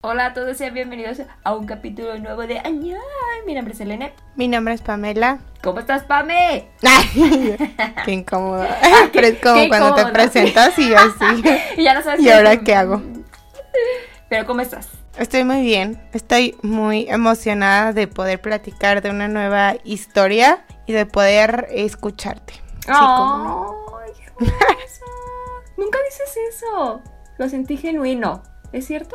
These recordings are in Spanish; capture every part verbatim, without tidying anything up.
Hola a todos, sean bienvenidos a un capítulo nuevo de Añay. Mi nombre es Elena. Mi nombre es Pamela. ¿Cómo estás, Pame? Qué incómodo. Ah, Pero es como qué cuando incómodo, te presentas y yo así. Y ya no sabes ¿Y qué ahora decir. qué hago? Pero ¿cómo estás? Estoy muy bien. Estoy muy emocionada de poder platicar de una nueva historia y de poder escucharte. Sí, cómo no. Ay, qué hermoso. Nunca dices eso. Lo sentí genuino. ¿Es cierto?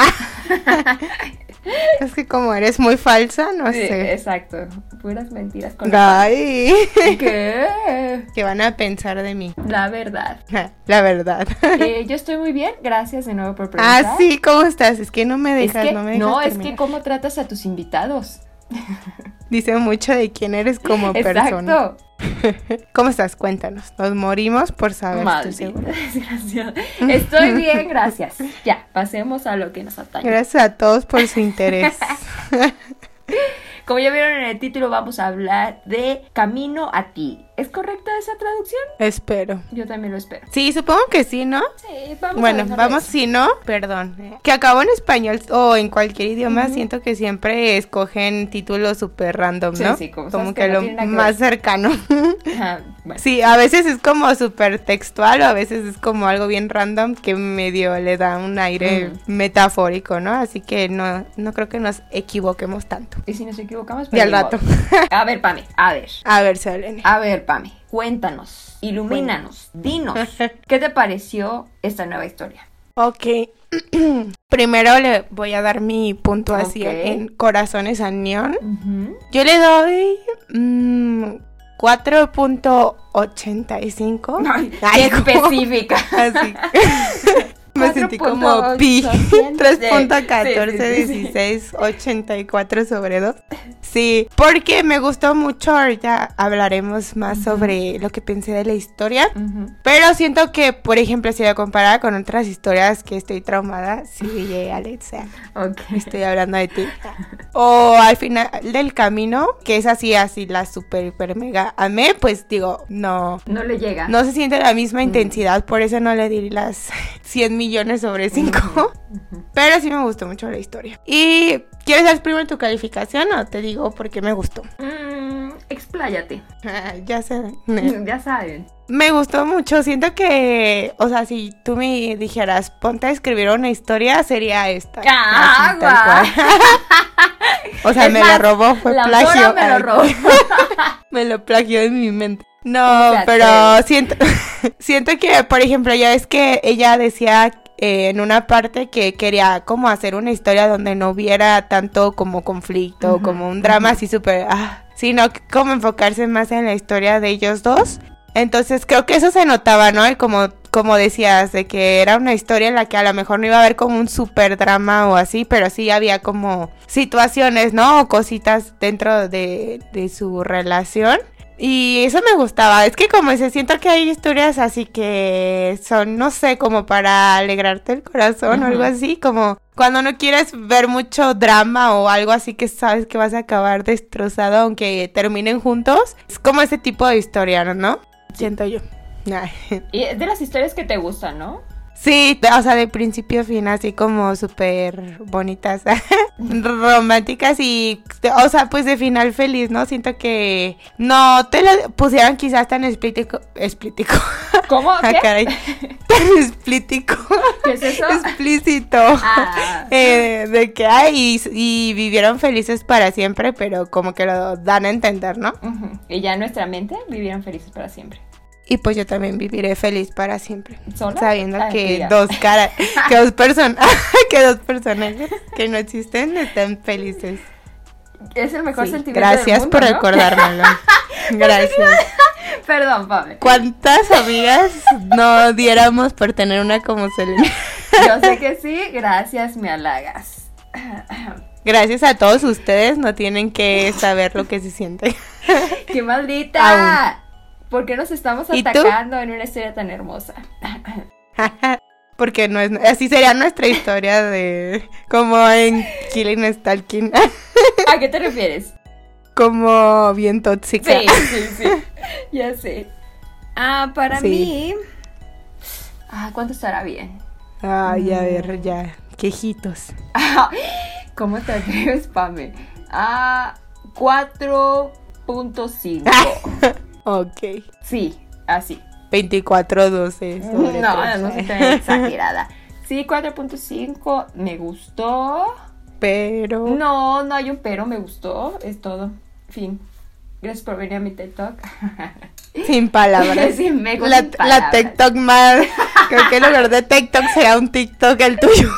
Es que como eres muy falsa, no Sí, sé. exacto. Puras mentiras con Ay. ¿Qué? ¿Qué van a pensar de mí? La verdad. La verdad. Eh, yo estoy muy bien. Gracias de nuevo por preguntar. Ah, sí, ¿cómo estás? Es que no me Es dejas, que, no me dejas no, es terminar. que cómo tratas a tus invitados. Dice mucho de quién eres como persona. Exacto. ¿Cómo estás? Cuéntanos. Nos morimos por saber. Estoy Maldita segura. desgraciada. Estoy bien, gracias. Ya, pasemos a lo que nos atañe. Gracias a todos por su interés. Como ya vieron en el título, vamos a hablar de Camino a ti. ¿Es correcta esa traducción? Espero. Yo también lo espero. Sí, supongo que sí, ¿no? Sí, vamos Bueno, a dejarlo vamos, eso. si no, perdón. eh, Que acabo en español o en cualquier idioma, Ujú. siento que siempre escogen títulos súper random, Sí, ¿no? sí, como como sabes que, que no lo tiene nada que más cercano. Ajá, bueno. Sí, a veces es como súper textual o a veces es como algo bien random que medio le da un aire Mm. metafórico, ¿no? Así que no, no creo que nos equivoquemos tanto. Y si nos equivocamos, Y al ni rato. modo. A ver, Pame, a ver. A ver, Selene. A ver, Pame, cuéntanos, ilumínanos, dinos, ¿qué te pareció esta nueva historia? Ok. Primero le voy a dar mi puntuación Ok. en Corazones al Neón. Ujú. Yo le doy mm, cuatro punto ochenta y cinco. Ay, Ay, qué ¿cómo? específica. Así. Me sentí como cuatro pi. punto ochocientos. tres punto Sí, catorce sí, sí, sí. dieciséis ochenta y cuatro sobre dos. Sí, porque me gustó mucho. Ahorita hablaremos más Ujú. sobre lo que pensé de la historia. Ujú. Pero siento que, por ejemplo, si la comparara con otras historias que estoy traumada, sí, oye, Alex, o sea, Ok. estoy hablando de ti. O al final del camino, que es así, así, la super, hiper, mega amé, pues digo, no, No le llega. no se siente la misma Mm. intensidad, por eso no le di las cien millones sobre cinco. Ujú. Pero sí me gustó mucho la historia. ¿Y quieres dar primero tu calificación o te digo por qué me gustó? Mm, expláyate. Ya sé. Ya saben. Me gustó mucho, siento que, o sea, si tú me dijeras, ponte a escribir una historia, sería esta. ¡Ah, Así, tal cual. O sea, Es me más, lo robó, fue la plagio. autora me lo Ay, robó. me lo plagió en mi mente. No, Fíjate. pero siento, siento que, por ejemplo, ya es que ella decía eh, en una parte que quería como hacer una historia donde no hubiera tanto como conflicto, Ujú, como un drama ujú. así súper, ah, sino que como enfocarse más en la historia de ellos dos. Entonces creo que eso se notaba, ¿no? Y como, como decías, de que era una historia en la que a lo mejor no iba a haber como un super drama o así, pero sí había como situaciones, ¿no? O cositas dentro de, de su relación. Y eso me gustaba, es que como se siento que hay historias así que son, no sé, como para alegrarte el corazón o Ujú. algo así, como cuando no quieres ver mucho drama o algo así que sabes que vas a acabar destrozado aunque terminen juntos, es como ese tipo de historia, ¿no? Siento yo. Ay. Y es de las historias que te gustan, ¿no? Sí, o sea, de principio a fin, así como súper bonitas, románticas y, o sea, pues de final feliz, ¿no? Siento que no te lo pusieran quizás tan explítico, explítico, ¿Cómo? ah, ¿Qué? caray, tan explítico, ¿Qué es eso? explícito, Ah. eh, de que hay y, y vivieron felices para siempre, pero como que lo dan a entender, ¿no? Ujú. Y ya en nuestra mente vivieron felices para siempre. Y pues yo también viviré feliz para siempre. ¿Sola? Sabiendo Ah, que ya. dos caras, que dos personas, que dos personajes que no existen están felices. Es el mejor Sí, sentimiento gracias del mundo, por ¿no? recordármelo. Gracias. Perdón, Pablo. ¿Cuántas amigas no diéramos por tener una como Selena? Yo sé que sí, gracias, me halagas. Gracias a todos ustedes, no tienen que saber lo que se siente. ¡Qué maldita! ¿Por qué nos estamos ¿Y tú? atacando en una historia tan hermosa? Porque no es, así sería nuestra historia de como en Killing Stalking. ¿A qué te refieres? Como bien tóxica. Sí, sí, sí. Ya sé. Ah, para Sí. mí. Ah, ¿cuánto estará bien? Ay, a ver, ya. Quejitos. ¿Cómo te atreves, Pame? Ah, cuatro punto cinco. Ok. Sí, así. veinticuatro doce. No, no, no soy tan exagerada. Sí, cuatro punto cinco, me gustó. Pero... No, no hay un pero, me gustó, es todo. Fin. Gracias por venir a mi TikTok. Sin palabras. Sí, me la, sin palabras. La TikTok más... Creo que en lugar de TikTok será un TikTok el tuyo.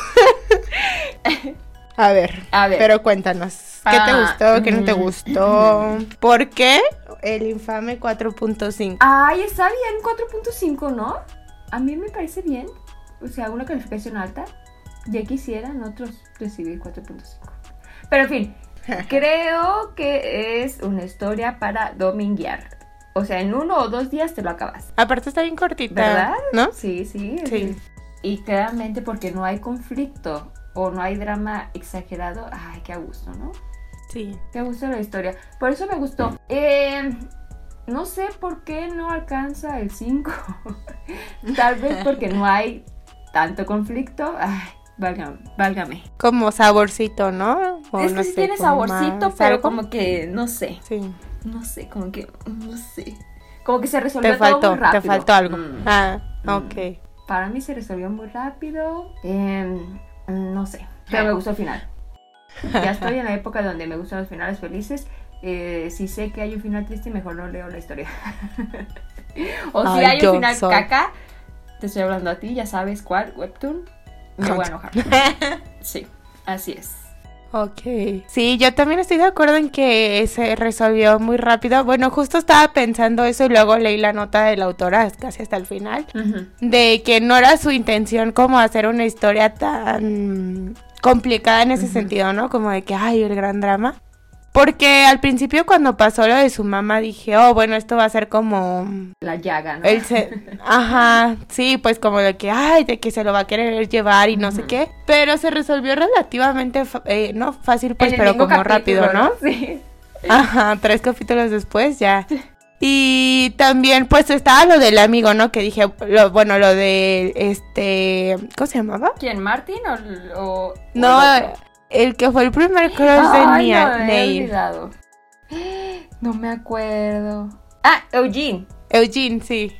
A ver, a ver, pero cuéntanos. ¿Qué ah, te gustó? ¿Qué no te gustó? ¿Por qué el infame cuatro punto cinco? Ay, está bien cuatro punto cinco, ¿no? A mí me parece bien. O sea, una calificación alta. Ya quisieran otros recibir cuatro punto cinco. Pero en fin, creo que es una historia para dominguear. O sea, en uno o dos días te lo acabas. Aparte está bien cortita, ¿verdad? ¿no? Sí, sí. Sí. Y claramente porque no hay conflicto o no hay drama exagerado. Ay, qué a gusto, ¿no? Sí. Qué a gusto la historia. Por eso me gustó. Eh, no sé por qué no alcanza el cinco. Tal vez porque no hay tanto conflicto. Ay, válgame. válgame. Como saborcito, ¿no? O es que no sí sé, tiene saborcito, pero algo? como que, no sé. Sí. No sé, como que, no sé. Como que se resolvió te faltó, todo muy rápido. Te faltó algo. Mm. Ah, mm. ok. Para mí se resolvió muy rápido. Eh, no sé, pero me gustó el final. Ya estoy en la época donde me gustan los finales felices. Eh, si sé que hay un final triste, mejor no leo la historia. O si Ay, hay un final soy. caca, te estoy hablando a ti, ya sabes cuál, Webtoon. Me voy a enojar. Sí, así es. Ok. Sí, yo también estoy de acuerdo en que se resolvió muy rápido. Bueno, justo estaba pensando eso y luego leí la nota de la autora casi hasta el final. Uh-huh. De que no era su intención como hacer una historia tan complicada en ese uh-huh. sentido, ¿no? Como de que, ay, el gran drama. Porque al principio cuando pasó lo de su mamá dije, oh, bueno, esto va a ser como... La llaga, ¿no? El se... Ajá, sí, pues como de que, ay, de que se lo va a querer llevar y no uh-huh. sé qué. Pero se resolvió relativamente, eh, no fácil, pues, pero como capítulo, rápido, ¿no? Sí. Ajá, tres capítulos después ya. Y también, pues, estaba lo del amigo, ¿no? Que dije, lo, bueno, lo de, este... ¿Cómo se llamaba? ¿Quién, Martin o...? o no... o el que fue el primer crush Ay, de no, Neil. No me acuerdo. Ah, Eugene. Eugene, sí.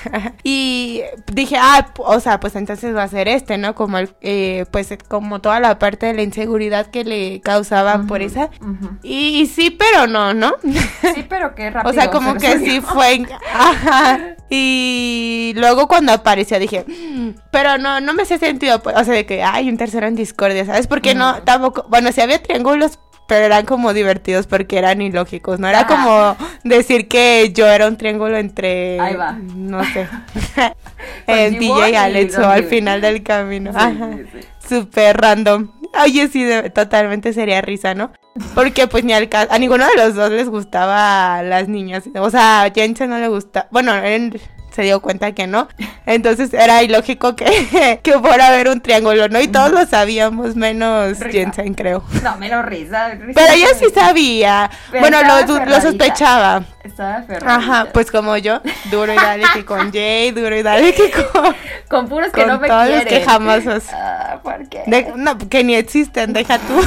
Y dije, ah, o sea, pues entonces va a ser este, ¿no? Como el, eh, pues como toda la parte de la inseguridad que le causaba uh-huh, por esa. Uh-huh. Y, y sí, pero no, ¿no? Sí, pero qué rápido. O sea, como que resolvió. Sí fue. Ajá. Y luego cuando apareció dije, mmm, pero no, no me hacía sentido, pues, o sea, de que hay un tercero en discordia, ¿sabes? Porque uh-huh. no, tampoco, bueno, sí había triángulos, pero eran como divertidos porque eran ilógicos, ¿no? Era Ajá. como decir que yo era un triángulo entre... Ahí va. No sé. eh, D J y Alex al final del camino. Sí, Ajá. Sí, sí. Súper random. Oye, sí, de, totalmente sería risa, ¿no? Porque pues ni al caso, a ninguno de los dos les gustaba a las niñas. O sea, a Jensen no le gusta. Bueno, él se dio cuenta que no. Entonces era ilógico que, que fuera a haber un triángulo, ¿no? Y todos lo sabíamos, menos risa. Jensen, creo. No, menos risa. risa Pero ella sí sabía. Pero bueno, lo, lo sospechaba. Estaba aferradita. Ajá, pues como yo, duro y dale que con Jay, duro y dale que con... Con puros que con no me todos quieren. Los que jamás os... Ah, ¿por qué? De, no, que ni existen, deja tú.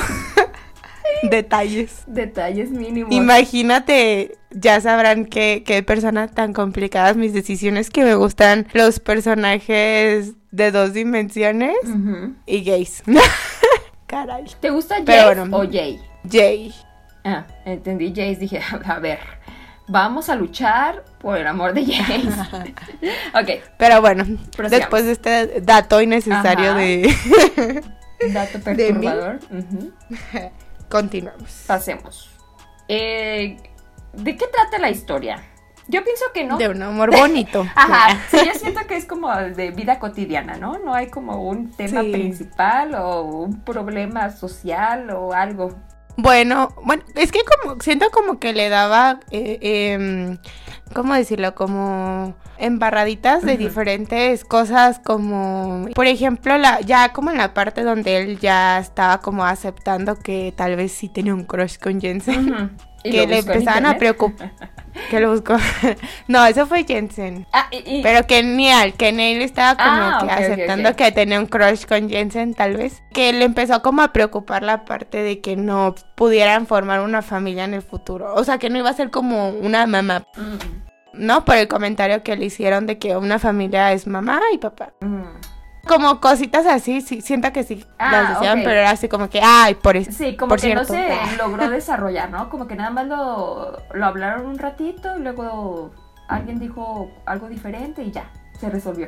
Detalles. Detalles mínimos. Imagínate, ya sabrán qué, qué personas tan complicadas mis decisiones, que me gustan los personajes de dos dimensiones uh-huh. y gays. Caray. ¿Te gusta Jace bueno, o Jay? Jay. Ah, entendí Jace, dije, a ver, vamos a luchar por el amor de Jace. Ok. Pero bueno, Prosigamos. Después de este dato innecesario Ajá. de... Dato perturbador. Uh-huh. Continuamos. Pasemos. Eh, ¿De qué trata la historia? Yo pienso que no. De un amor bonito. Ajá. Sí, yo siento que es como de vida cotidiana, ¿no? No hay como un tema sí. principal o un problema social o algo. Bueno, bueno, es que como siento como que le daba, eh, eh, ¿cómo decirlo? Como embarraditas de uh-huh. diferentes cosas, como, por ejemplo, la ya como en la parte donde él ya estaba como aceptando que tal vez sí tenía un crush con Jensen, uh-huh. que le empezaban a preocupar. Que lo buscó. No, eso fue Jensen. Ah, y, y... Pero que Neil, que Neil estaba como ah, que okay, aceptando okay, okay. que tenía un crush con Jensen, tal vez. Que le empezó como a preocupar la parte de que no pudieran formar una familia en el futuro. O sea, que no iba a ser como una mamá. Mm. No, por el comentario que le hicieron de que una familia es mamá y papá. Mm. Como cositas así, sí, siento que sí Ah, las decían, okay. pero era así como que, ay, por eso. Sí, como por que cierto. no se logró desarrollar, ¿no? Como que nada más lo, lo hablaron un ratito y luego alguien dijo algo diferente y ya, se resolvió.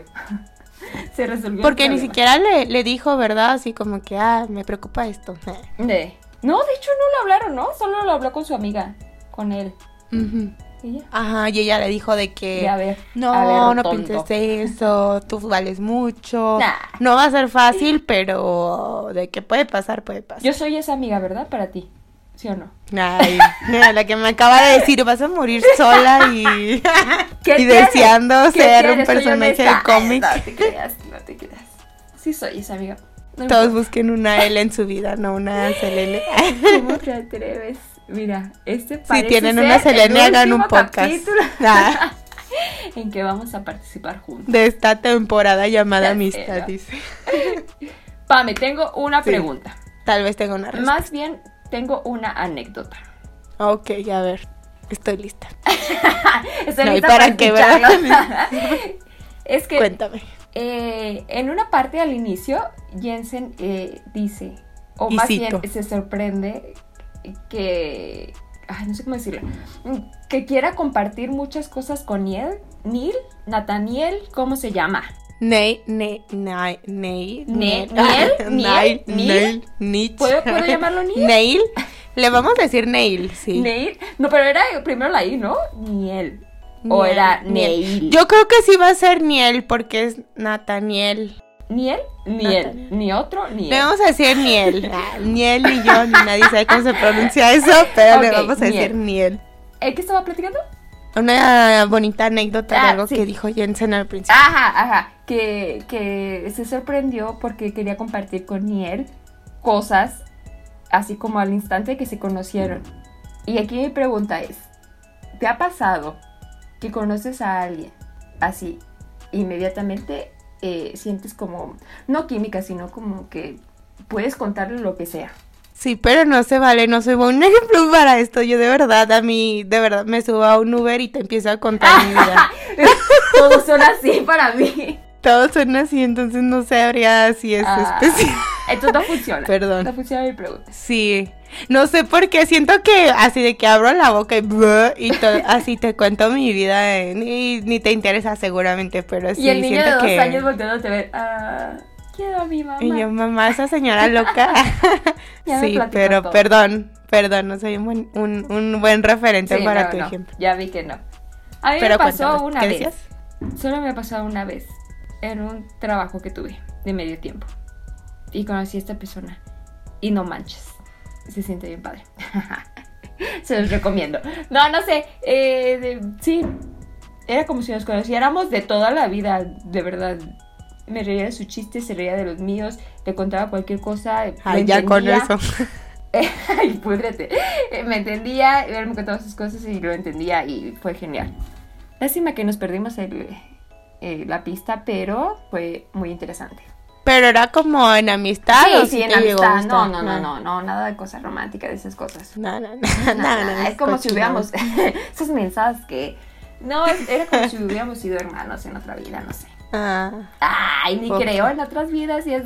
Se resolvió. Porque ni siquiera le, le dijo, ¿verdad? Así como que, ah, me preocupa esto. De... No, de hecho no lo hablaron, ¿no? Solo lo habló con su amiga, con él. Uh-huh. ¿Y ya? Ajá, y ella le dijo de que a ver, no, a ver, no tonto. pienses eso, tú vales mucho, Nah. no va a ser fácil, pero de que puede pasar, puede pasar. Yo soy esa amiga, ¿verdad? Para ti, ¿sí o no? Ay, mira, la que me acaba de decir, vas a morir sola y, ¿Qué y tienes? deseando ¿Qué ser tienes? un Soy personaje de honesta. cómic. No te creas, no te creas. Sí soy esa amiga. No Todos importa. busquen una L en su vida, no una Selene. ¿Cómo te atreves? Mira, este parece Si tienen ser una Selene, el hagan un último podcast. capítulo Ah, en que vamos a participar juntos. de esta temporada llamada Ya sé, Amistad, ¿no? dice. Pame, tengo una Sí. pregunta. Tal vez tenga una respuesta. Más bien, tengo una anécdota. Ok, a ver, estoy lista. Estoy No, ¿y lista para para qué, escucharlo. verdad? Es que Cuéntame. eh, en una parte al inicio, Jensen eh, dice, o Y más cito. bien se sorprende que, ay, no sé cómo decirlo, que quiera compartir muchas cosas con Neil, Neil, Nathaniel, ¿cómo se llama? Neil, Neil, Neil, Neil, Ne- Neil, Neil, Neil, Neil, Neil, Nietzsche. ¿Puedo, ¿puedo llamarlo Neil? Neil, le vamos a decir Neil, sí. Neil, no, pero era primero la I, ¿no? Neil. O Neil, era Neil. Yo creo que sí va a ser Neil porque es Nathaniel. Niel, Niel, Nathaniel. ni otro, ni Le él. vamos a decir Niel. Ah, Niel y yo, ni nadie sabe cómo se pronuncia eso, pero le Ok, vamos a decir Niel. Niel. ¿El que estaba platicando? Una bonita anécdota de Ah, algo sí. que dijo Jensen al principio. Ajá, ajá. Que, que se sorprendió porque quería compartir con Niel cosas así como al instante que se conocieron. Y aquí mi pregunta es, ¿te ha pasado que conoces a alguien así inmediatamente eh, sientes como, no química, sino como que puedes contarle lo que sea? Sí, pero no se vale, no soy un ejemplo para esto. Yo de verdad, a mí, de verdad, me subo a un Uber y te empiezo a contar mi vida. Todos son así para mí. Todos son así, entonces no sabría si es Ah, especial. Entonces no funciona. Perdón. No funciona mi pregunta. Sí, no sé por qué, siento que así de que abro la boca y, bleh, y to- así te cuento mi vida, eh, ni, ni te interesa seguramente, pero sí Y el niño de siento dos que... años volteando te ve. Ah, quiero a mi mamá. Y yo, mamá, esa señora loca. Ya me Sí, platicó pero todo. perdón, perdón, no soy un buen, un, un buen referente Sí, para no, tu no, ejemplo. ya vi que no. A mí Pero me pasó cuéntame, una ¿qué vez. decías? Solo me ha pasado una vez. En un trabajo que tuve de medio tiempo. Y conocí a esta persona. Y no manches. Se siente bien padre. Se los recomiendo. No, no sé. Eh, de- sí. Era como si nos conociéramos de toda la vida. De verdad. Me reía de sus chistes, se reía de los míos. Le contaba cualquier cosa. lo Ay, ya con entendía. eso. Ay, púdrete. Eh, Me entendía, él me contaba sus cosas y lo entendía y fue genial. Lástima que nos perdimos el, eh, la pista, pero fue muy interesante. Pero era como en amistad. Sí, ¿o sí, si en te llegó a amistad. No, gustar? no, no, no, no, nada de cosas románticas, de esas cosas. No, no, no, No, no, no, no, es como si cochino. hubiéramos esos mensajes que no, era como si hubiéramos sido hermanos en otra vida, no sé. Ah, Ay, ni Ok. creo en otras vidas y eso.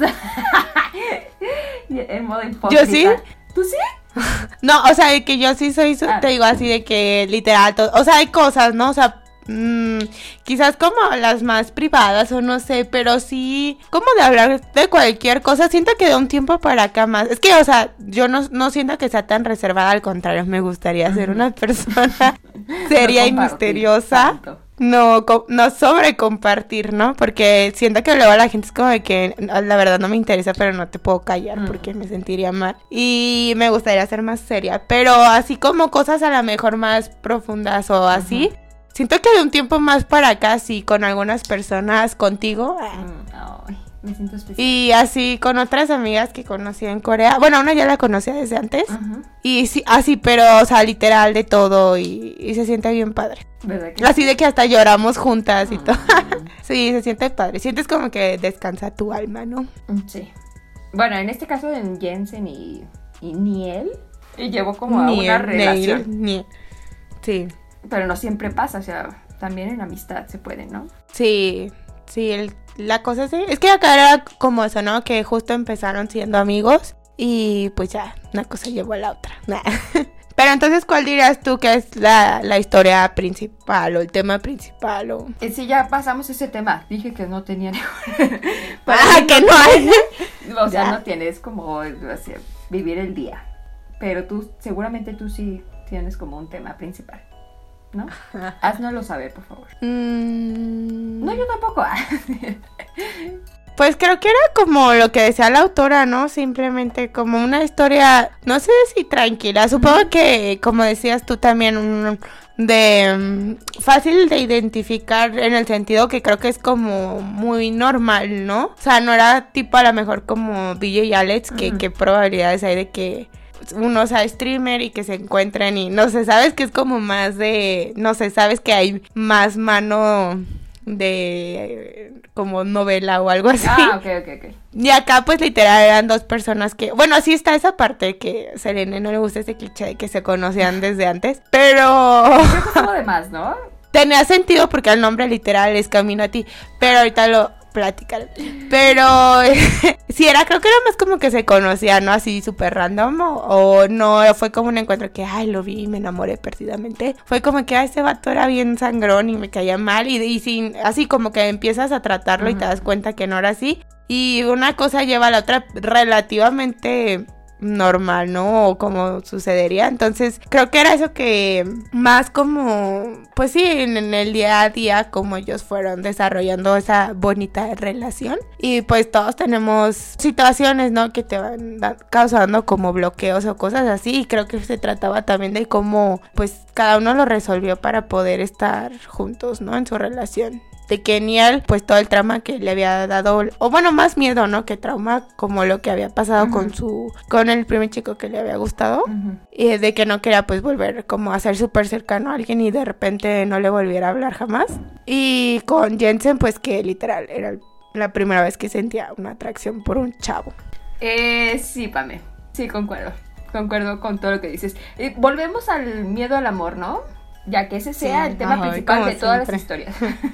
Y en modo hipócrita. ¿Yo sí? ¿Tú sí? no, o sea, de que yo sí soy, su- Ah. te digo así de que literal, to- o sea, hay cosas, ¿no? O sea, mm, quizás como las más privadas o no sé, pero sí, como de hablar de cualquier cosa, siento que de un tiempo para acá más, es que, o sea, yo no, no siento que sea tan reservada, al contrario, me gustaría ser una persona seria No y compartir misteriosa. tanto. No, co- no sobre compartir, ¿no? Porque siento que luego la gente es como de que "No, la verdad no me interesa, pero no te puedo callar Mm. porque me sentiría mal. Y me gustaría ser más seria, pero así como cosas a lo mejor más profundas o así. Siento que de un tiempo más para acá, sí, con algunas personas, contigo, ah, Mm, ay, Me siento especial. Y así con otras amigas que conocí en Corea. Bueno, una ya la conocía desde antes. Uh-huh. Y sí, así, pero, o sea, literal de todo. Y, y se siente bien padre. ¿Verdad que así sí? De que hasta lloramos juntas uh-huh. y todo. Sí, se siente padre. Sientes como que descansa tu alma, ¿no? Sí. Bueno, en este caso de Jensen y, y Niel, y llevó como a una relación. Niel, Niel. Sí. Pero no siempre pasa, o sea, también en amistad se puede, ¿no? Sí, sí, el, la cosa sí. Es que acá era como eso, ¿no? Que justo empezaron siendo amigos y pues ya, una cosa llevó a la otra. Pero entonces, ¿cuál dirías tú que es la, la historia principal o el tema principal? O... Sí, ya pasamos ese tema. Dije que no tenía ah, que no hay. O sea, ya. No tienes como o sea, vivir el día. Pero tú, seguramente tú sí tienes como un tema principal, ¿no? Haznoslo saber, por favor. Mm... No, yo tampoco. Pues creo que era como lo que decía la autora, ¿no? Simplemente como una historia, no sé si tranquila, supongo que, como decías tú también, un, de um, fácil de identificar en el sentido que creo que es como muy normal, ¿no? O sea, no era tipo a lo mejor como D J y Alex, que, uh-huh. que probabilidades hay de que uno sea streamer y que se encuentren y no sé, sabes que es como más de, no sé, sabes que hay más mano... de como novela o algo así. Ah, ok, ok, ok. Y acá pues literal eran dos personas que, bueno, sí está esa parte que a Selene no le gusta ese cliché de que se conocían desde antes, pero... Creo que es como de más, ¿no? Tenía sentido porque el nombre literal es Camino a ti, pero ahorita lo platicar. Pero sí era, creo que era más como que se conocía, ¿no? Así súper random o, o no, fue como un encuentro que, ay, lo vi y me enamoré perdidamente. Fue como que, ay, ese vato era bien sangrón y me caía mal y, y sin, así como que empiezas a tratarlo uh-huh. y te das cuenta que no era así. Y una cosa lleva a la otra relativamente normal, ¿no? O como sucedería. Entonces, creo que era eso que más como, pues sí, en, en el día a día, como ellos fueron desarrollando esa bonita relación. Y pues todos tenemos situaciones, ¿no? Que te van da- causando como bloqueos o cosas así. Y creo que se trataba también de cómo, pues, cada uno lo resolvió para poder estar juntos, ¿no? En su relación. De que Niel, pues todo el trauma que le había dado, o bueno, más miedo, ¿no? Que trauma, como lo que había pasado uh-huh. con su, con el primer chico que le había gustado, uh-huh. y de que no quería pues volver como a ser súper cercano a alguien y de repente no le volviera a hablar jamás. Y con Jensen, pues que literal era la primera vez que sentía una atracción por un chavo. Eh, sí, Pame, sí, concuerdo, concuerdo con todo lo que dices. Eh, volvemos al miedo al amor, ¿no? Ya que ese sea sí, el tema ajá, principal de siempre. Todas las historias.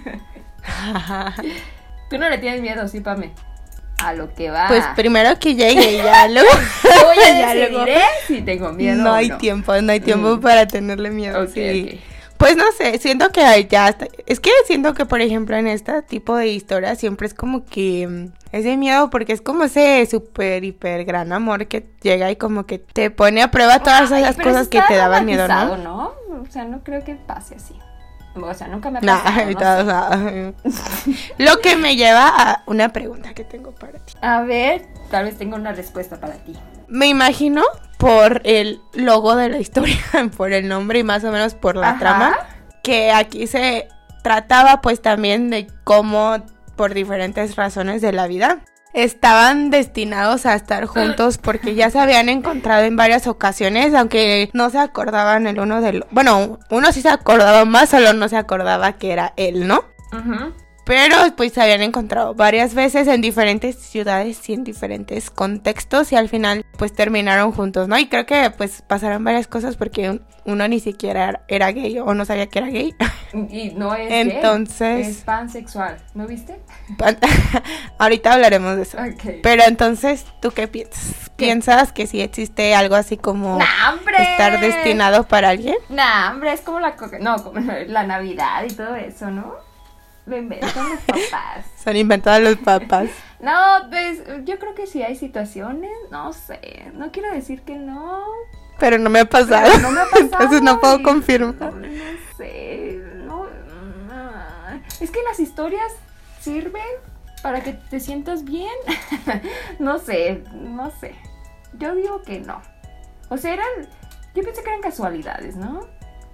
Tú no le tienes miedo, sí, Pame. A lo que va. Pues primero que llegue y ya luego. Voy a decidiré si tengo miedo. No o hay no. tiempo, no hay tiempo mm. para tenerle miedo. Okay, sí. Okay. Pues no sé, siento que ya está. Es que siento que, por ejemplo, en este tipo de historias siempre es como que ese miedo, porque es como ese súper, hiper gran amor que llega y como que te pone a prueba todas Ay, esas cosas que te daban miedo, ¿no? ¿no? O sea, no creo que pase así. O sea, nunca me ha pasado, nah, no sé. Lo que me lleva a una pregunta que tengo para ti. A ver, tal vez tengo una respuesta para ti. Me imagino por el logo de la historia, por el nombre y más o menos por la Ajá. trama, que aquí se trataba pues también de cómo por diferentes razones de la vida estaban destinados a estar juntos porque ya se habían encontrado en varias ocasiones, aunque no se acordaban el uno del... Bueno, uno sí se acordaba más, solo no se acordaba que era él, ¿no? Ajá. Uh-huh. Pero pues se habían encontrado varias veces en diferentes ciudades y en diferentes contextos y al final pues terminaron juntos, ¿no? Y creo que pues pasaron varias cosas porque uno ni siquiera era gay o no sabía que era gay. Y no es entonces, gay, es pansexual, ¿no viste? Pan... Ahorita hablaremos de eso. Okay. Pero entonces, ¿tú qué piensas? ¿Qué? ¿Piensas que sí existe algo así como ¡Nah, hombre! estar destinado para alguien? Nah, hombre, es como la coca... no, como la Navidad y todo eso, ¿no? Lo inventan los papás. Son inventados los papás. No, pues yo creo que sí hay situaciones, no sé, no quiero decir que no. Pero no me ha pasado. Pero no me ha pasado. Entonces no puedo y, confirmar. No, no sé, no, no. Es que las historias sirven para que te sientas bien. No sé, no sé. Yo digo que no. O sea, eran, yo pensé que eran casualidades, ¿no?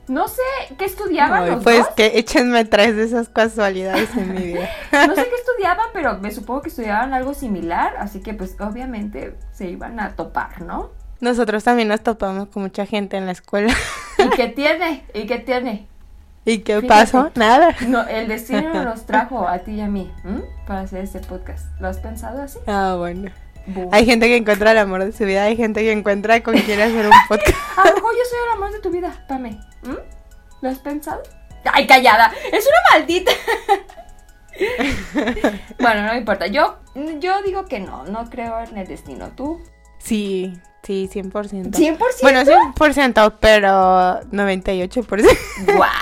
No sé qué estudiaban Ay, los pues dos. que échenme tres de esas casualidades en mi vida. No sé qué estudiaban, pero me supongo que estudiaban algo similar, así que pues obviamente se iban a topar, ¿no? Nosotros también nos topamos con mucha gente en la escuela. ¿Y qué tiene? ¿Y qué tiene? ¿Y qué Fíjate. pasó? Nada. No, el destino nos trajo a ti y a mí, ¿m? Para hacer este podcast. ¿Lo has pensado así? Ah, bueno. Boom. Hay gente que encuentra el amor de su vida, hay gente que encuentra con quién hacer un podcast. A lo mejor yo soy el amor de tu vida, Pame. ¿Mm? ¿Lo has pensado? ¡Ay, callada! ¡Es una maldita! Bueno, no me importa. Yo, yo digo que no, no creo en el destino. ¿Tú? Sí, sí, cien por ciento. ¿cien por ciento? Bueno, cien por ciento, pero noventa y ocho por ciento.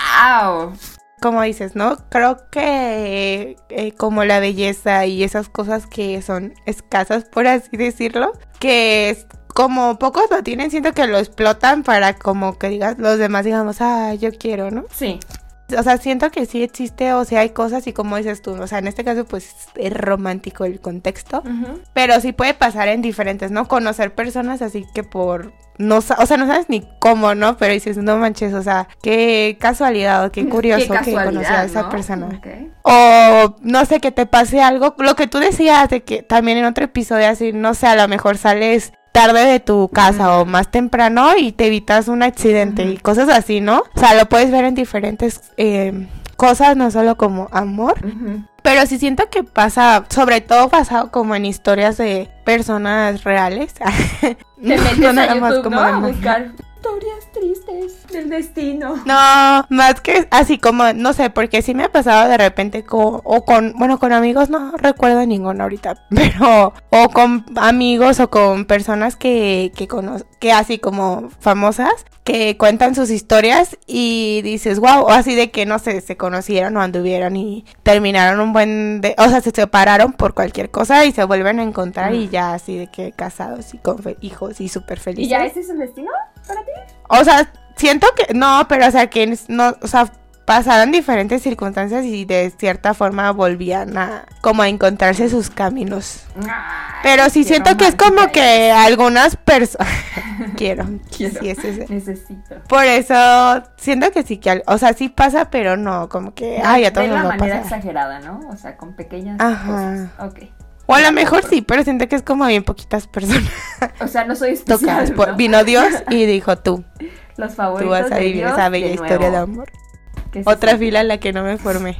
¡Wow! Como dices, ¿no? Creo que eh, como la belleza y esas cosas que son escasas, por así decirlo, que es como pocos lo tienen, siento que lo explotan para como que digas, los demás digamos, ah, yo quiero, ¿no? Sí. O sea, siento que sí existe, o sea, hay cosas y como dices tú, o sea, en este caso pues es romántico el contexto, Uh-huh. pero sí puede pasar en diferentes, ¿no? Conocer personas así que por, no, o sea, no sabes ni cómo, ¿no? Pero dices, no manches, o sea, qué casualidad o qué curioso Qué que conocí a esa ¿no? persona. Okay. O no sé, que te pase algo, lo que tú decías de que también en otro episodio así, no sé, a lo mejor sales tarde de tu casa Uh-huh. o más temprano y te evitas un accidente Uh-huh. y cosas así, ¿no? O sea, lo puedes ver en diferentes eh, cosas, no solo como amor. Uh-huh. Pero sí siento que pasa, sobre todo basado como en historias de personas reales. Te metes no nada a más YouTube, como ¿no? de A magia. buscar historias tristes del destino. No, más que así como, no sé, porque sí me ha pasado de repente con, o con, bueno, con amigos, no recuerdo ninguno ahorita, pero, o con amigos o con personas que, que conozco, que así como famosas, que cuentan sus historias y dices, wow, o así de que, no sé, se conocieron o anduvieron y terminaron un buen, de, o sea, se separaron por cualquier cosa y se vuelven a encontrar y ya así de que casados y con fe- hijos y súper felices. ¿Y ya ese es el destino para ti? O sea, siento que no, pero o sea, que no, o sea, pasaron diferentes circunstancias y de cierta forma volvían a como a encontrarse sus caminos. Ay, Pero sí qué siento que es como romántica que algunas personas quiero, Quiero. sí es ese. Necesito. Por eso siento que sí que, al- o sea, sí pasa, pero no, como que ay, a de todos la nos va a manera pasar. exagerada, ¿no? O sea, con pequeñas Ajá. cosas. Ok. O a lo mejor sí, pero siento que es como bien poquitas personas O sea, no soy tocadas. especial, por- ¿no? Vino Dios y dijo tú, Los tú favoritos vas a de vivir Dios esa bella de historia nuevo. de amor. Que se Otra siente. fila en la que no me formé.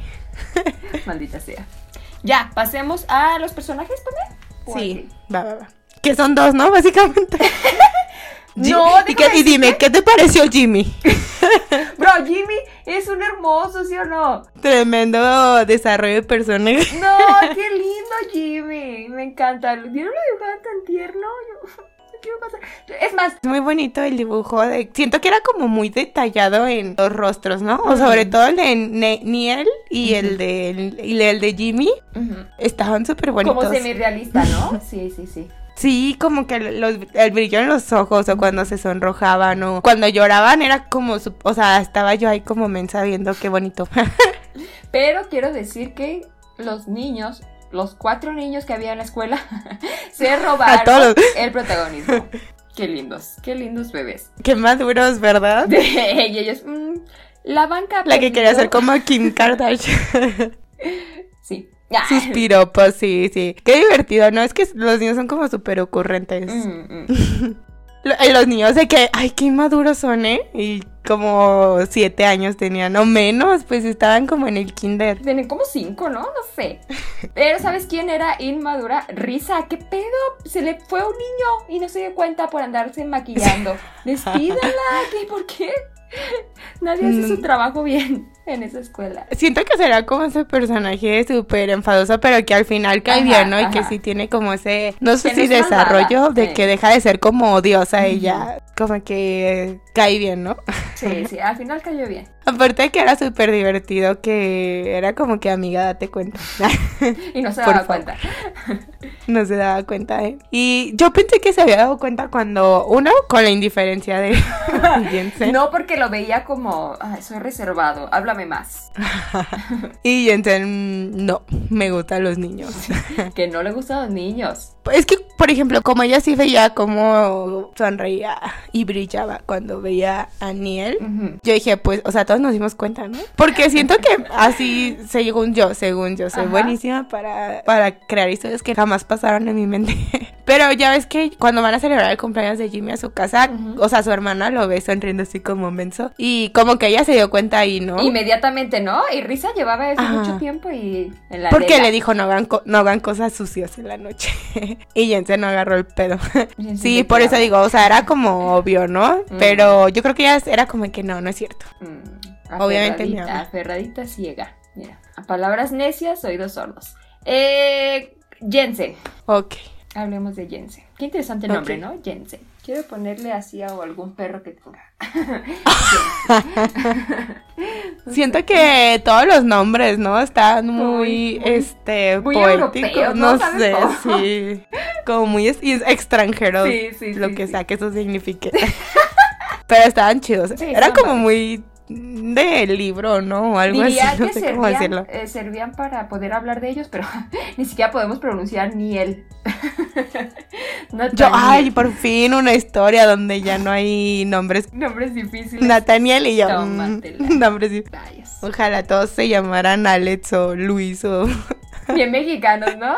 Maldita sea. Ya, pasemos a los personajes también. Sí, va, va, va. Que son dos, ¿no? Básicamente. Ji- No, y, déjame que- y dime, decirte- ¿qué te pareció Jimmy? Bro, Jimmy es un hermoso, ¿sí o no? Tremendo desarrollo de personaje. No, qué lindo Jimmy. Me encanta. ¿Vieron lo dibujaban tan tierno? Yo no quiero pasar. Es más, Es muy bonito el dibujo. De... Siento que era como muy detallado en los rostros, ¿no? O sobre todo el de Ne- Niel y el de, y el de Jimmy. Estaban súper bonitos. como semi-realista, ¿no? Sí, sí, sí. Sí, como que los, el brillo en los ojos o cuando se sonrojaban o cuando lloraban era como, su- o sea, estaba yo ahí como mensa viendo qué bonito. Pero quiero decir que los niños, los cuatro niños que había en la escuela, se robaron todos. el protagonismo. Qué lindos, qué lindos bebés. Qué maduros, ¿verdad? Y ellos, mm, la banca. La que quería perdió. ser como Kim Kardashian. Sí. Sus piropos, sí, sí. Qué divertido, ¿no? Es que los niños son como súper ocurrentes. Mm, mm. Lo- eh, Los niños de que, ay, qué inmaduros son, ¿eh? Y como siete años tenían, o menos, pues estaban como en el kinder. Tienen como cinco, ¿no? No sé. Pero ¿sabes quién era inmadura? Risa, ¿qué pedo? Se le fue un niño y no se dio cuenta por andarse maquillando. Despídala, ¿qué? ¿Por qué? Nadie hace su trabajo bien en esa escuela. Siento que será como ese personaje súper enfadoso, pero que al final cae Ajá, bien, ¿no? Y ajá. que sí tiene como ese, no sé Que si no es desarrollo malvada, de sí. que deja de ser como odiosa Ujú. ella, como que cae bien, ¿no? Sí, sí, al final cayó bien. Aparte de que era súper divertido, que era como que amiga, date cuenta. Y no se Por daba favor. cuenta. No se daba cuenta, ¿eh? Y yo pensé que se había dado cuenta cuando, uno, con la indiferencia de Jensen. No, porque lo veía como, ay, soy reservado, háblame más. Y Jensen, mm, no, me gustan los niños. Que no le gustan los niños. Es que, por ejemplo, como ella sí veía cómo sonreía y brillaba cuando veía a Neil, uh-huh. yo dije, pues, o sea, todos nos dimos cuenta, ¿no? Porque siento que así, según yo, según yo, soy Ajá. buenísima para, para crear historias que jamás pasaron en mi mente. Pero ya ves que cuando van a celebrar el cumpleaños de Jimmy a su casa, uh-huh. o sea, su hermana lo ve sonriendo así como menso. Y como que ella se dio cuenta ahí, ¿no? Inmediatamente, ¿no? Y Risa llevaba eso Ajá. mucho tiempo y... En la Porque lela. le dijo, no hagan, co- no hagan cosas sucias en la noche. Y Jensen no agarró el pedo. Sí, por eso digo, o sea, era como obvio, ¿no? Mm. Pero yo creo que ella era como que no, no es cierto. Mm. Obviamente mi amor. Aferradita ciega. Mira, a palabras necias, oídos sordos. Eh, Jensen. Ok. Hablemos de Jensen. Qué interesante nombre, okay. ¿no? Jensen. Quiero ponerle así a algún perro que tenga. Siento que todos los nombres, ¿no? Están muy, muy este, muy poéticos. Europeos, no, no sé, sí. Como muy es- extranjeros. Sí, sí, lo sí, que sí. sea que eso signifique. Pero estaban chidos. Sí, Era como padres. muy... de libro, ¿no? O algo Diría así, no que sé servían, cómo decirlo. Eh, servían para poder hablar de ellos, pero ni siquiera podemos pronunciar ni él. Yo, ay, por fin una historia donde ya no hay nombres. Nombres difíciles. Nathaniel y yo. Mm, nombres difíciles. Ojalá todos se llamaran Alex o Luis o... Bien mexicanos, ¿no?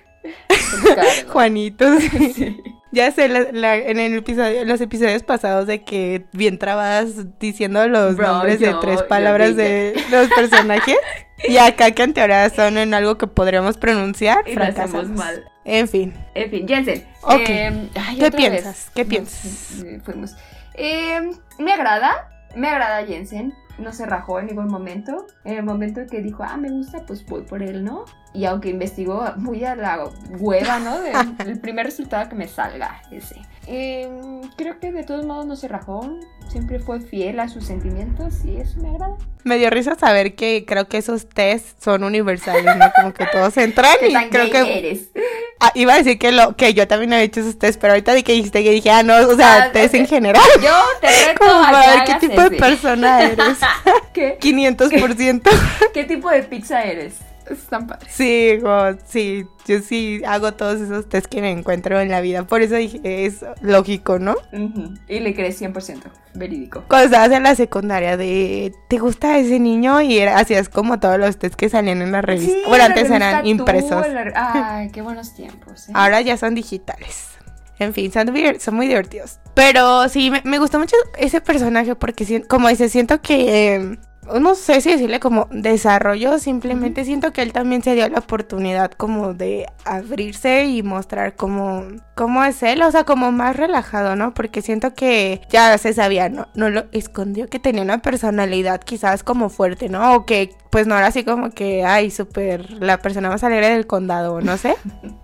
Juanitos. Sí. Ya sé, la, la, en el episodio, los episodios pasados de que bien trabas diciendo los Bro, nombres yo, de tres palabras de los personajes. Y acá que en teoría son en algo que podríamos pronunciar, y fracasamos mal. En fin. En fin, Jensen. Okay. Eh, ay, ¿Qué piensas? Vez. ¿Qué piensas? Nos, fuimos. Eh, me agrada, me agrada Jensen. No se rajó en ningún momento. En el momento que dijo, ah, me gusta, pues voy por él, ¿no? Y aunque investigó muy a la hueva, ¿no? De, el primer resultado que me salga, ese. Eh, creo que de todos modos no se rajó. Siempre fue fiel a sus sentimientos y eso me agrada. Me dio risa saber que creo que esos tests son universales, ¿no? Como que todos entran y creo que... eres? Ah, iba a decir que lo que yo también había hecho esos tests, pero ahorita de que dijiste que dije, ah, no, o sea, ah, test okay. en general. Yo te reto como a para que ver qué tipo ese. de persona eres. ¿Qué? quinientos por ciento. ¿Qué? ¿Qué tipo de pizza eres? Están padres. Sí, go, sí, yo sí hago todos esos tests que me encuentro en la vida. Por eso dije, es lógico, ¿no? Uh-huh. Y le crees cien por ciento, verídico. Cuando estabas en la secundaria de, ¿te gusta ese niño? Y era, hacías como todos los tests que salían en la revista. Sí, bueno, la antes revista eran impresos. Tú, la... Ay, qué buenos tiempos, ¿eh? Ahora ya son digitales. En fin, son, son muy divertidos. Pero sí, me, me gustó mucho ese personaje porque, como dices, siento que... Eh, no sé si decirle como desarrollo, simplemente uh-huh. siento que él también se dio la oportunidad como de abrirse y mostrar cómo, cómo es él, o sea, como más relajado, ¿no? Porque siento que ya se sabía, no, no lo escondió, que tenía una personalidad quizás como fuerte, ¿no? O que pues no era así como que, ay, súper la persona más alegre del condado, no sé.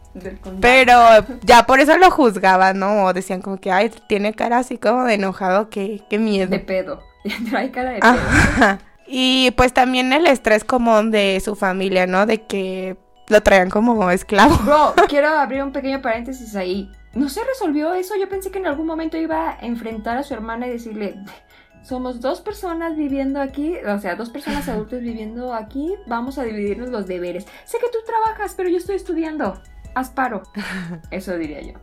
Pero ya por eso lo juzgaban, ¿no? O decían como que, ay, tiene cara así como de enojado, que, qué miedo. De pedo. No hay cara de pedo. Ajá. Y pues también el estrés como de su familia, ¿no? De que lo traían como esclavo. Bro, quiero abrir un pequeño paréntesis ahí. ¿No se resolvió eso? Yo pensé que en algún momento iba a enfrentar a su hermana y decirle... Somos dos personas viviendo aquí, o sea, dos personas adultas viviendo aquí. Vamos a dividirnos los deberes. Sé que tú trabajas, pero yo estoy estudiando. Haz paro. Eso diría yo.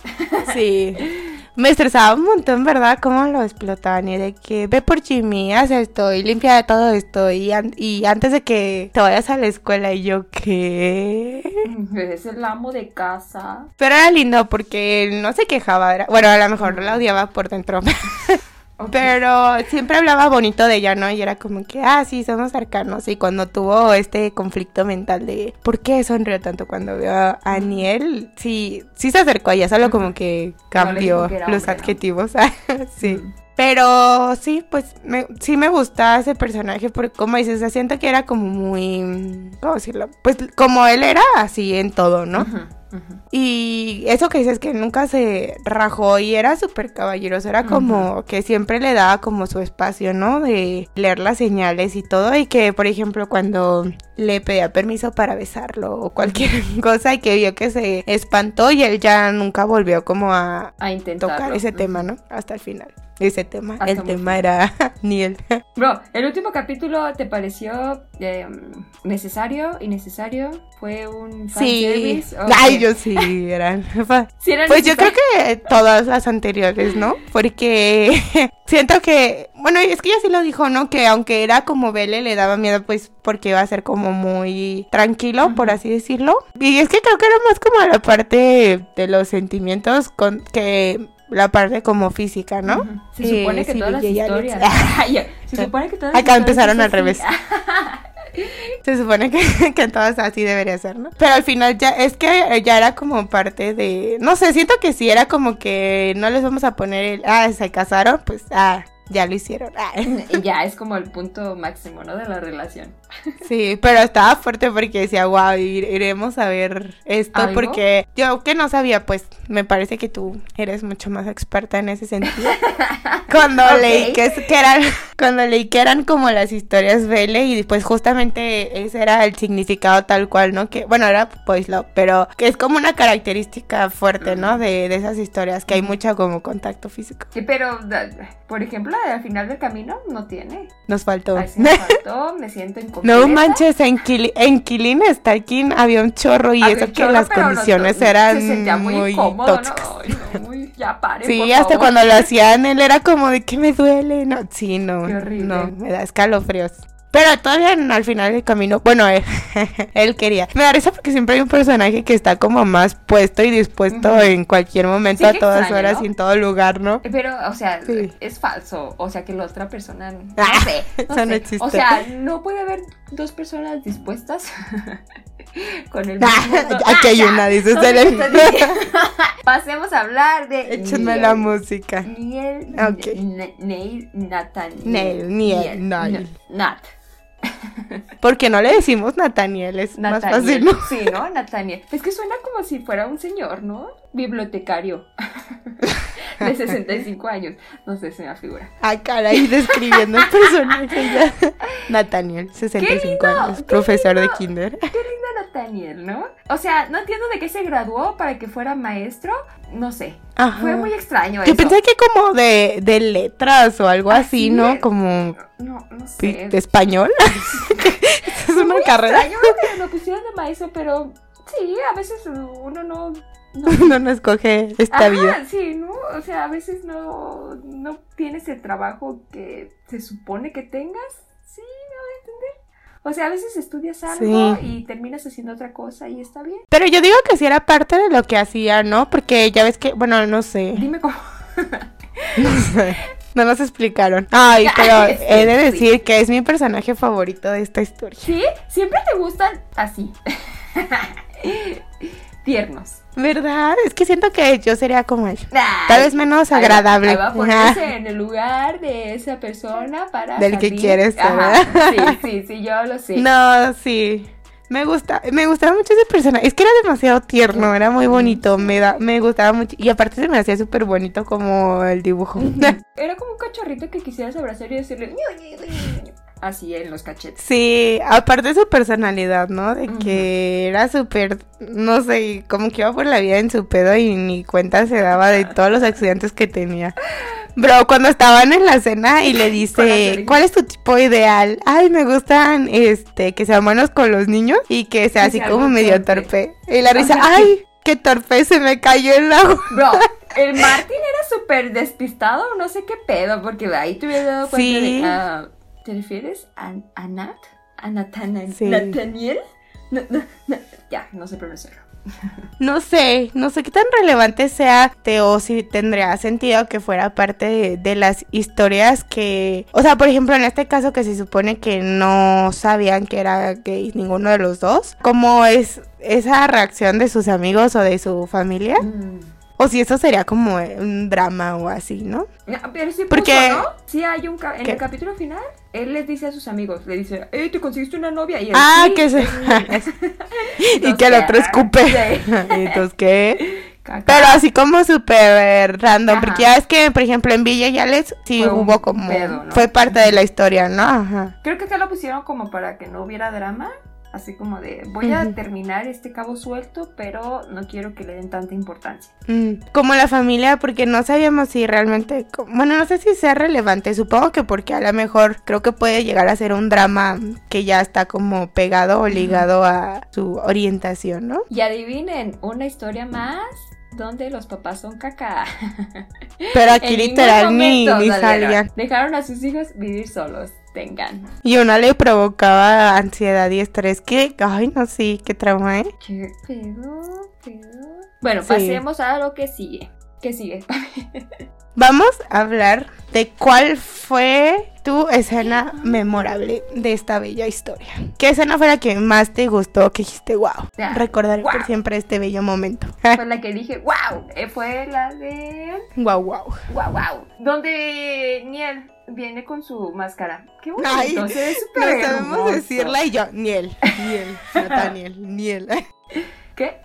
Sí, me estresaba un montón, ¿verdad? Cómo lo explotaban y de que ve por Jimmy, haz esto y limpia de todo esto y, an- y antes de que te vayas a la escuela. Y yo, ¿qué? Es el amo de casa. Pero era lindo porque él no se quejaba, era... bueno, a lo mejor la odiaba por dentro. Okay. Pero siempre hablaba bonito de ella, ¿no? Y era como que, ah, sí, somos cercanos. Y cuando tuvo este conflicto mental de ¿por qué sonrió tanto cuando vio a Aniel? Sí, sí se acercó a ella, solo como que cambió no, que los hombre, adjetivos. ¿No? Sí. Mm. Pero sí, pues me, sí me gusta ese personaje porque, como dices, se siento que era como muy, ¿cómo decirlo? Pues como él era así en todo, ¿no? Uh-huh. Uh-huh. Y eso que dices que nunca se rajó y era súper caballeroso, era como uh-huh. que siempre le daba como su espacio, ¿no? De leer las señales y todo, y que por ejemplo cuando le pedía permiso para besarlo o cualquier uh-huh. cosa y que vio que se espantó y él ya nunca volvió como a, a tocar ese uh-huh. tema, ¿no? Hasta el final. ese tema. Hasta el tema fin. Era Niel. Bro, ¿el último capítulo te pareció eh, necesario, innecesario? ¿Fue un fanservice? Sí. Ay, yo sí, eran. ¿Sí eran pues yo creo que todas las anteriores, ¿no? Porque siento que, bueno, es que ella sí lo dijo, ¿no? Que aunque era como Belle, le daba miedo, pues, porque iba a ser como muy tranquilo, uh-huh. por así decirlo. Y es que creo que era más como la parte de los sentimientos con que la parte como física, ¿no? Uh-huh. Se eh, supone que sí, todas las historias. Se supone que todas las Acá empezaron al revés. Se supone que, que todas así debería ser, ¿no? Pero al final ya, es que ya era como parte de, no sé, siento que sí era como que no les vamos a poner el, ah, se casaron, pues, ah, ya lo hicieron. Ah. Y ya es como el punto máximo, ¿no? De la relación. Sí, pero estaba fuerte porque decía, wow, iremos a ver esto. ¿Algo? Porque yo que no sabía, pues me parece que tú eres mucho más experta en ese sentido. Cuando okay. leí que, que eran, cuando leí que eran como las historias Belle y pues justamente ese era el significado tal cual, ¿no? Que, bueno, era boys love, pero que es como una característica fuerte, ¿no? De, de esas historias, que hay mucho como contacto físico. Sí, pero, por ejemplo, al final del camino no tiene. Nos faltó. Ay, sí, me faltó, me siento incompleta. No manches, en, Kili, en Killing Stalking había un chorro y había eso que chorro, las condiciones no, eran se sentía muy, muy incómodo, tóxicas. ¿no? Ay, no, muy, ya pare, sí, por hasta favor. Cuando lo hacían él era como de que me duele, no, sí, no, qué horrible. No, me da escalofríos. Pero todavía al final del camino, bueno, él, él quería. Me da risa porque siempre hay un personaje que está como más puesto y dispuesto uh-huh. en cualquier momento, sí, a todas extraño, horas, ¿no? Y en todo lugar, ¿no? Pero, o sea, sí. es falso. O sea, que la otra persona, no ah, sé, no eso sé. No existe. O sea, no puede haber dos personas dispuestas con el mismo... Ah, aquí hay una, dices. El... Pasemos a hablar de... Échenme Niel, la música. Niel, okay. Neil, Nathan. Neil, Niel, Niel. Nat. ¿Por qué no le decimos Nathaniel? Es Nathaniel. Más fácil, ¿no? Sí, ¿no? Nathaniel. Es que suena como si fuera un señor, ¿no? Bibliotecario. De sesenta y cinco años. No sé, se me figura. Ah, caray, describiendo el personaje ya. Nathaniel, sesenta y cinco lindo, años, profesor lindo, de kinder. Qué lindo Nathaniel, ¿no? O sea, no entiendo de qué se graduó para que fuera maestro. No sé. Ajá. Fue muy extraño Yo eso. pensé que como de, de letras o algo así, así ¿no? Como... No, no sé. ¿De español? Es una muy carrera. Extraño que lo pusieron de maestro, pero sí, a veces uno no... No, uno no escoge esta Ajá, vida. Sí, ¿no? O sea, a veces no, no tienes el trabajo que se supone que tengas. Sí, me voy a entender. O sea, a veces estudias algo sí. y terminas haciendo otra cosa y está bien. Pero yo digo que sí era parte de lo que hacía, ¿no? Porque ya ves que, bueno, no sé. Dime cómo. No sé. No nos explicaron. Ay, pero sí, he de decir sí. que es mi personaje favorito de esta historia. ¿Sí? Siempre te gustan así. Tiernos. ¿Verdad? Es que siento que yo sería como él. Ay, tal vez menos agradable. Ahí va, ahí va a ponerse Ajá. en el lugar de esa persona para Del salir. que quieres, ¿verdad? Sí, sí, sí, yo lo sé. No, sí. Me gusta, me gustaba mucho ese personaje. Es que era demasiado tierno, era muy bonito. Me da, me gustaba mucho. Y aparte se me hacía súper bonito como el dibujo. Era como un cachorrito que quisieras abrazar y decirle así en los cachetes. Sí, aparte de su personalidad, ¿no? De que uh-huh. era súper, no sé, como que iba por la vida en su pedo y ni cuenta se daba de todos los accidentes que tenía. Bro, cuando estaban en la cena y le dice, ¿cuál es tu tipo ideal? Ay, me gustan, este, que sean buenos con los niños y que sea así como medio torpe. Y la risa, ay, qué torpe, se me cayó el agua. Bro, el Martin era súper despistado, no sé qué pedo, porque ahí te hubieras dado cuenta sí. de... Uh, ¿te refieres a, a Nat? ¿A Nathaniel? Sí. ¿Nathaniel? No, no, no, ya, no sé pronunciarlo. No sé, no sé qué tan relevante sea te, o si tendría sentido que fuera parte de, de las historias que... O sea, por ejemplo, en este caso que se supone que no sabían que era gay ninguno de los dos. ¿Cómo es esa reacción de sus amigos o de su familia? Mm. O si eso sería como un drama o así, ¿no? No, pero sí puso, porque ¿no? Sí hay un... Ca- en ¿qué? El capítulo final, él les dice a sus amigos, le dice, ¡eh, te conseguiste una novia! Y él, ah, sí, que se... y que el otro escupe. Sí. Entonces, ¿qué? Caca. Pero así como súper random, Ajá. porque ya es que, por ejemplo, en Villa Yales sí fue hubo como... Pedo, ¿no? Fue parte de la historia, ¿no? Ajá. Creo que acá lo pusieron como para que no hubiera drama. así como de voy a uh-huh. terminar este cabo suelto, pero no quiero que le den tanta importancia. Mm, como la familia, porque no sabíamos si realmente, bueno, no sé si sea relevante, supongo que porque a lo mejor creo que puede llegar a ser un drama que ya está como pegado o ligado uh-huh. a su orientación, ¿no? Y adivinen, una historia más donde los papás son caca. Pero aquí literal ni, ni salían. Dejaron a sus hijos vivir solos. Tengan. Y una le provocaba ansiedad y estrés que, ay, no sé, qué trauma, ¿eh? ¿Qué pedo? ¿Pedo? Bueno, sí. Pasemos a lo que sigue. ¿Qué sigue? Vamos a hablar de cuál fue tu escena memorable de esta bella historia. ¿Qué escena fue la que más te gustó? Que dijiste, wow, yeah. recordaré wow. por siempre este bello momento. Fue la que dije, wow, fue la de... Wow, wow. Wow, wow. Donde Niel viene con su máscara. Qué bonito. Ay, se ve súper no sabemos hermoso. Decirla y yo, Niel, Niel, Nathaniel, Niel. ¿Qué?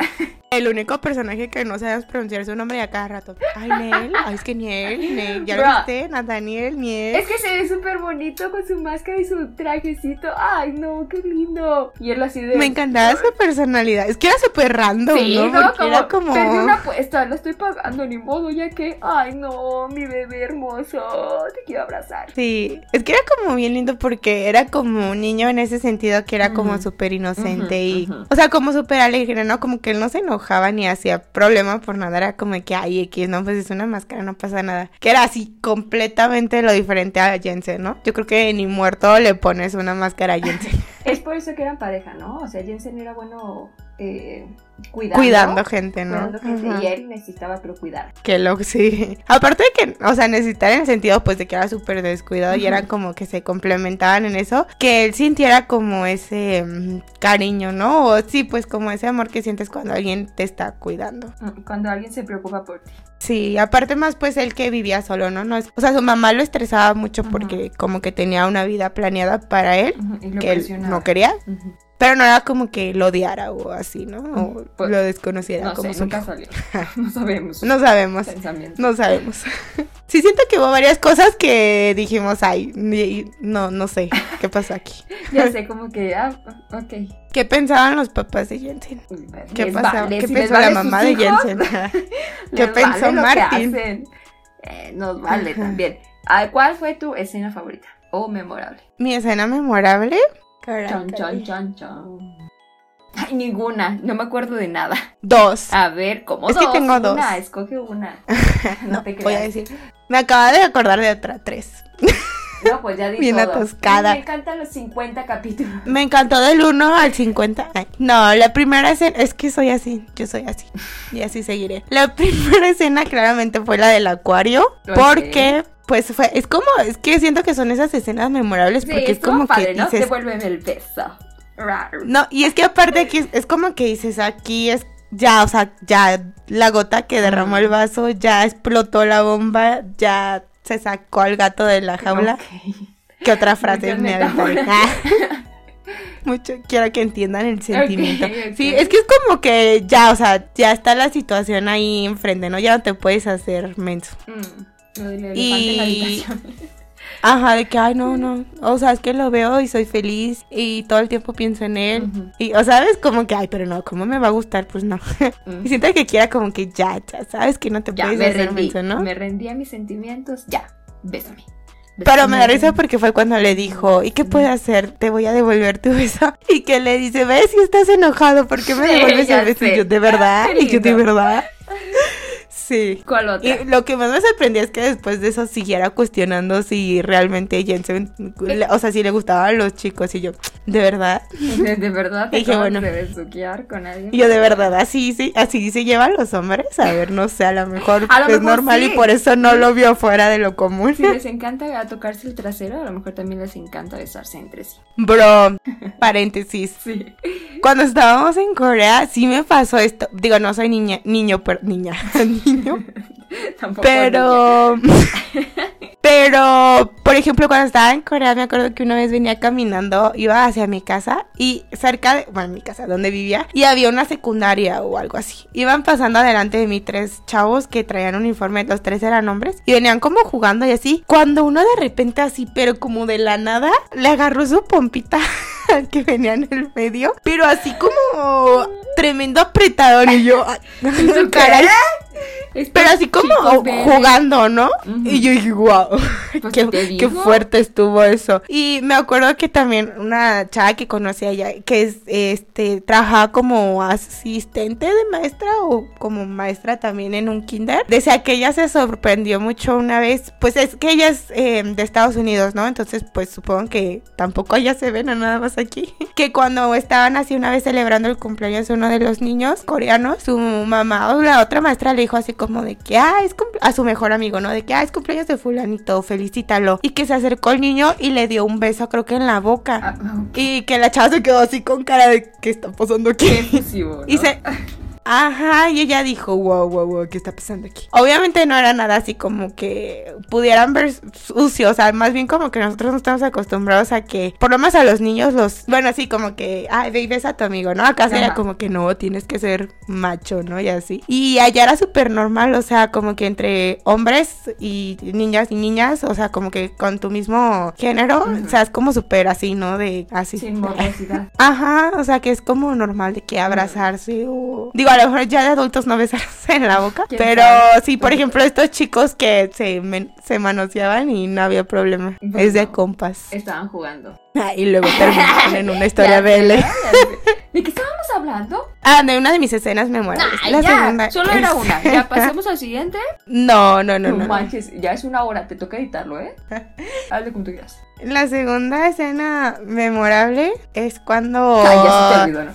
El único personaje que no sabemos pronunciar su nombre a cada rato. Ay, Niel, ay, es que Niel, Niel, ¿ya Bro. lo viste? Nathaniel, Niel. Es que se ve súper bonito con su máscara y su trajecito. Ay, no, qué lindo. Y él así de... Me encantaba su personalidad. Es que era súper random, sí, ¿no? ¿no? Porque Como, era como... perdí una apuesta, lo estoy pagando, ni modo, ya que... Ay, no, mi bebé hermoso, te quiero abrazar. Sí, es que era como bien lindo porque era como un niño en ese sentido que era como uh-huh. súper inocente uh-huh, y... Uh-huh. O sea, como súper alegre, ¿no? Como que él no se enojaba ni hacía problema por nada, era como que, ay, X, no, pues es una máscara, no pasa nada. Que era así completamente lo diferente a Jensen, ¿no? Yo creo que ni muerto le pones una máscara a Jensen. Es por eso que eran pareja, ¿no? O sea, Jensen era bueno eh, cuidando. Cuidando gente, ¿no? Cuidando gente, uh-huh. y él necesitaba pero cuidar. Que lo, sí. Aparte de que, o sea, necesitar en el sentido, pues, de que era súper descuidado uh-huh. y eran como que se complementaban en eso, que él sintiera como ese um, cariño, ¿no? O sí, pues, como ese amor que sientes cuando alguien te está cuidando. Cuando alguien se preocupa por ti. Sí, aparte más pues él que vivía solo, ¿no? no es, o sea, su mamá lo estresaba mucho uh-huh. porque como que tenía una vida planeada para él, uh-huh. que él no quería, uh-huh. pero no era como que lo odiara o así, ¿no? O pues, lo desconociera. No como sé, nunca salió. No sabemos. No sabemos. No sabemos. Sí siento que hubo varias cosas que dijimos, ay, no, no sé, ¿qué pasó aquí? Ya sé, como que, ah, ok. ¿Qué pensaban los papás de Jensen? ¿Qué pasaba? Vale, ¿Qué si pensó vale la mamá de Jensen? ¿Qué pensó vale Martin? Eh, nos vale también. ¿Cuál fue tu escena favorita o memorable? ¿Mi escena memorable? Chon, chon, chon, chon. Ay, ninguna, no me acuerdo de nada. Dos. A ver, ¿cómo es dos? Es que tengo dos. Una, escoge una. No, no te creas. Voy a decir. Me acabo de acordar de otra, tres. No, pues ya di bien todo. Atascada. Me encantan los cincuenta capítulos. Me encantó del uno al cincuenta. Ay, no, la primera escena, es que soy así, yo soy así. Y así seguiré. La primera escena claramente fue la del acuario. Okay. Porque... Pues fue, es como, es que siento que son esas escenas memorables sí, porque es como padre, que ¿no? dices... Devuélveme el beso. No, y es que aparte aquí es, es como que dices, aquí es ya, o sea, ya la gota que derramó el vaso, ya explotó la bomba, ya se sacó al gato de la jaula. Okay. ¿Qué otra frase me aventaré? Mucho, quiero que entiendan el sentimiento. Okay, okay. Sí, es que es como que ya, o sea, ya está la situación ahí enfrente, ¿no? Ya no te puedes hacer menso. Mm. Lo del elefante y... en la habitación. Ajá, de que, ay, no, no. O sea, es que lo veo y soy feliz y todo el tiempo pienso en él. Uh-huh. Y, o sabes, como que, ay, pero no, ¿cómo me va a gustar? Pues no. Uh-huh. Y siento que quiera como que ya, ya, sabes que no te ya, puedes me hacer rendí, menso, ¿no? Me rendí a mis sentimientos, ya, bésame. bésame. Pero me da risa porque fue cuando le dijo, ¿y qué puedo hacer? Te voy a devolver tu beso. Y que le dice, ves si estás enojado, ¿por qué me devuelves sí, el beso? Sé. Y yo, ¿de verdad? Y yo, ¿de verdad? Sí. ¿Cuál otra? Y lo que más me sorprendía es que después de eso siguiera cuestionando si realmente Jensen, le, o sea, si le gustaban los chicos. Y yo, ¿de verdad? ¿De, de verdad te dije, bueno, de besuquear con alguien? Y yo, ¿de verdad? Así, sí, así se llevan los hombres. A ver, no sé, a lo mejor a lo es mejor normal sí. Y por eso no lo vio fuera de lo común. Si les encanta tocarse el trasero, a lo mejor también les encanta besarse entre sí. Bro, paréntesis. Sí. Cuando estábamos en Corea, sí me pasó esto. Digo, no soy niña, niño, pero niña, niño. Tampoco pero, pero Por ejemplo, cuando estaba en Corea, me acuerdo que una vez venía caminando, iba hacia mi casa y cerca de, bueno, mi casa, donde vivía, y había una secundaria o algo así. Iban pasando adelante de mí tres chavos que traían uniforme, los tres eran hombres, y venían como jugando y así. Cuando uno de repente así, pero como de la nada, le agarró su pompita que venía en el medio, pero así como tremendo apretador, y yo, su cara, pero así como jugando, ¿no? Uh-huh. Y yo dije, wow, pues qué, qué fuerte estuvo eso. Y me acuerdo que también una chava que conocí allá, que es, este, trabajaba como asistente de maestra o como maestra también en un kinder, decía que ella se sorprendió mucho una vez, pues es que ella es eh, de Estados Unidos, ¿no? Entonces, pues supongo que tampoco allá se ven, nada más aquí, que cuando estaban así una vez celebrando el cumpleaños de uno de los niños coreanos, su mamá o la otra maestra le dijo así como de que, ah, es cumple- a su mejor amigo, ¿no? De que, ah, es cumpleaños de fulanito, felicítalo. Y que se acercó el niño y le dio un beso, creo que en la boca. Ah, okay. Y que la chava se quedó así con cara de, ¿qué está pasando aquí? Qué efusivo, ¿no? Y se... Ajá, y ella dijo, wow, wow, wow, ¿qué está pasando aquí? Obviamente no era nada así como que pudieran ver sucio, o sea, más bien como que nosotros no estamos acostumbrados a que, por lo menos a los niños, los, bueno, así como que, ay, ve y besa a tu amigo, ¿no? Acá sería como que no, tienes que ser macho, ¿no? Y así. Y allá era súper normal, o sea, como que entre hombres y niñas y niñas, o sea, como que con tu mismo género, uh-huh. O sea, es como súper así, ¿no? De así. Sin morbosidad. Ajá, o sea, que es como normal de que abrazarse uh-huh. o... Digo, a lo mejor ya de adultos no besarse en la boca, pero sabe? Sí, por ejemplo, estos chicos que se, men- se manoseaban y no había problema, bueno, es de compas. Estaban jugando. Ah, y luego terminaron en una historia B L. ¿De qué estábamos hablando? Ah, de una de mis escenas memorables. Ay, la ya, segunda solo es... era una. ¿Ya pasemos al siguiente? No, no, no, no. No manches, ya es una hora, te toca editarlo, ¿eh? Hazle como tú quieras. La segunda escena memorable es cuando... Ay, ya se te olvidó,